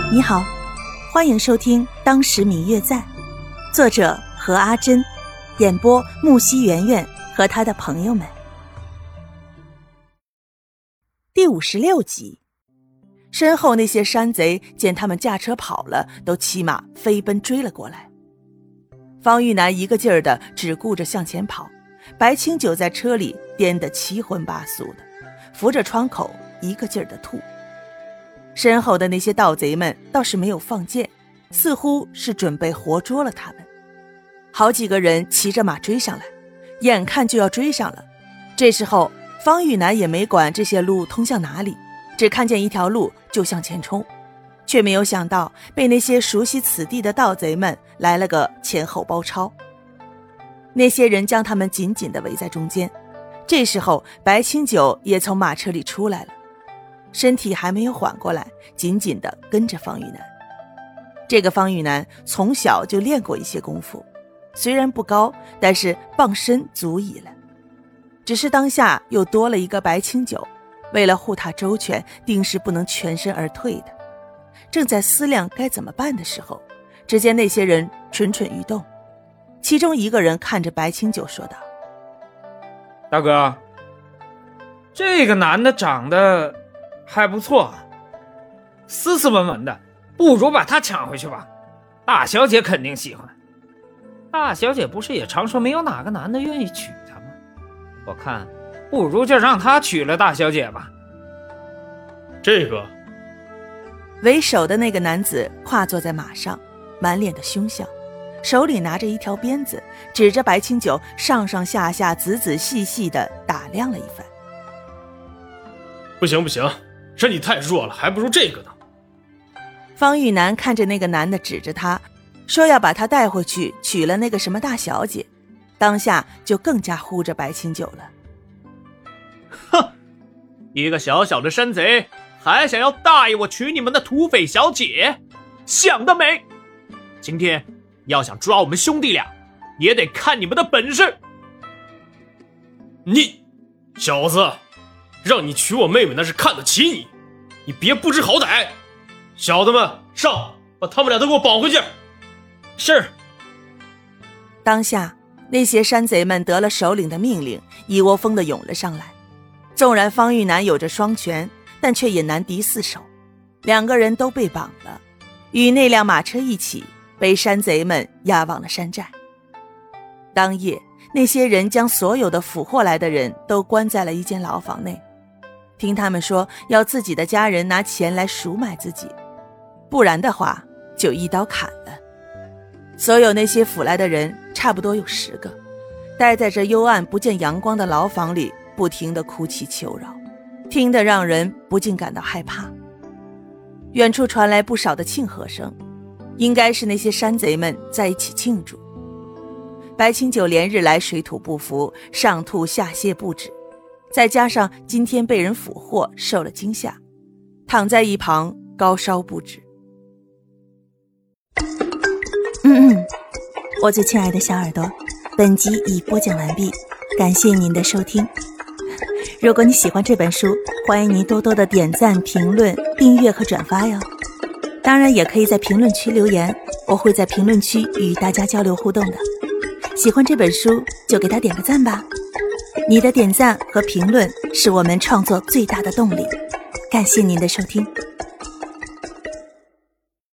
你好，欢迎收听《当时明月在》，作者何阿珍，演播木西圆圆和他的朋友们。第56集，身后那些山贼见他们驾车跑了，都骑马飞奔追了过来。方玉楠一个劲儿的只顾着向前跑，白清九在车里颠得七荤八素的，扶着窗口一个劲儿的吐。身后的那些盗贼们倒是没有放箭，似乎是准备活捉了他们。好几个人骑着马追上来，眼看就要追上了。这时候方玉楠也没管这些路通向哪里，只看见一条路就向前冲，却没有想到被那些熟悉此地的盗贼们来了个前后包抄。那些人将他们紧紧地围在中间。这时候白清九也从马车里出来了，身体还没有缓过来，紧紧地跟着方玉楠。这个方玉楠从小就练过一些功夫，虽然不高，但是傍身足矣了。只是当下又多了一个白清九，为了护他周全，定是不能全身而退的。正在思量该怎么办的时候，只见那些人蠢蠢欲动。其中一个人看着白清九说道： 大哥，这个男的长得还不错，斯斯文文的，不如把他抢回去吧，大小姐肯定喜欢。大小姐不是也常说没有哪个男的愿意娶她吗？我看不如就让他娶了大小姐吧。 这个为首的那个男子跨坐在马上，满脸的凶相，手里拿着一条鞭子，指着白清九上上下下仔仔细细地打量了一番。 不行，身体太弱了，还不如这个呢。 方玉楠看着那个男的指着他，说要把他带回去娶了那个什么大小姐，当下就更加护着白清九了。 哼，一个小小的山贼还想要答应我娶你们的土匪小姐，想得美！今天要想抓我们兄弟俩，也得看你们的本事。 你小子，让你娶我妹妹那是看得起你，你别不知好歹。小的们上，把他们俩都给我绑回去。 是。 当下那些山贼们得了首领的命令，一窝蜂地涌了上来。纵然方玉楠有着双拳，但却也难敌四手，两个人都被绑了，与那辆马车一起被山贼们押往了山寨。当夜，那些人将所有的俘获来的人都关在了一间牢房内，听他们说要自己的家人拿钱来赎买自己，不然的话就一刀砍了。所有那些捕来的人差不多有10个，待在这幽暗不见阳光的牢房里，不停地哭泣求饶，听得让人不禁感到害怕。远处传来不少的庆贺声，应该是那些山贼们在一起庆祝。白清九连日来水土不服，上吐下泻不止，再加上今天被人俘获，受了惊吓，躺在一旁高烧不止。我最亲爱的小耳朵，本集已播讲完毕，感谢您的收听。如果你喜欢这本书，欢迎您多多的点赞、评论、订阅和转发哟。当然也可以在评论区留言，我会在评论区与大家交流互动的。喜欢这本书就给它点个赞吧，你的点赞和评论是我们创作最大的动力。感谢您的收听。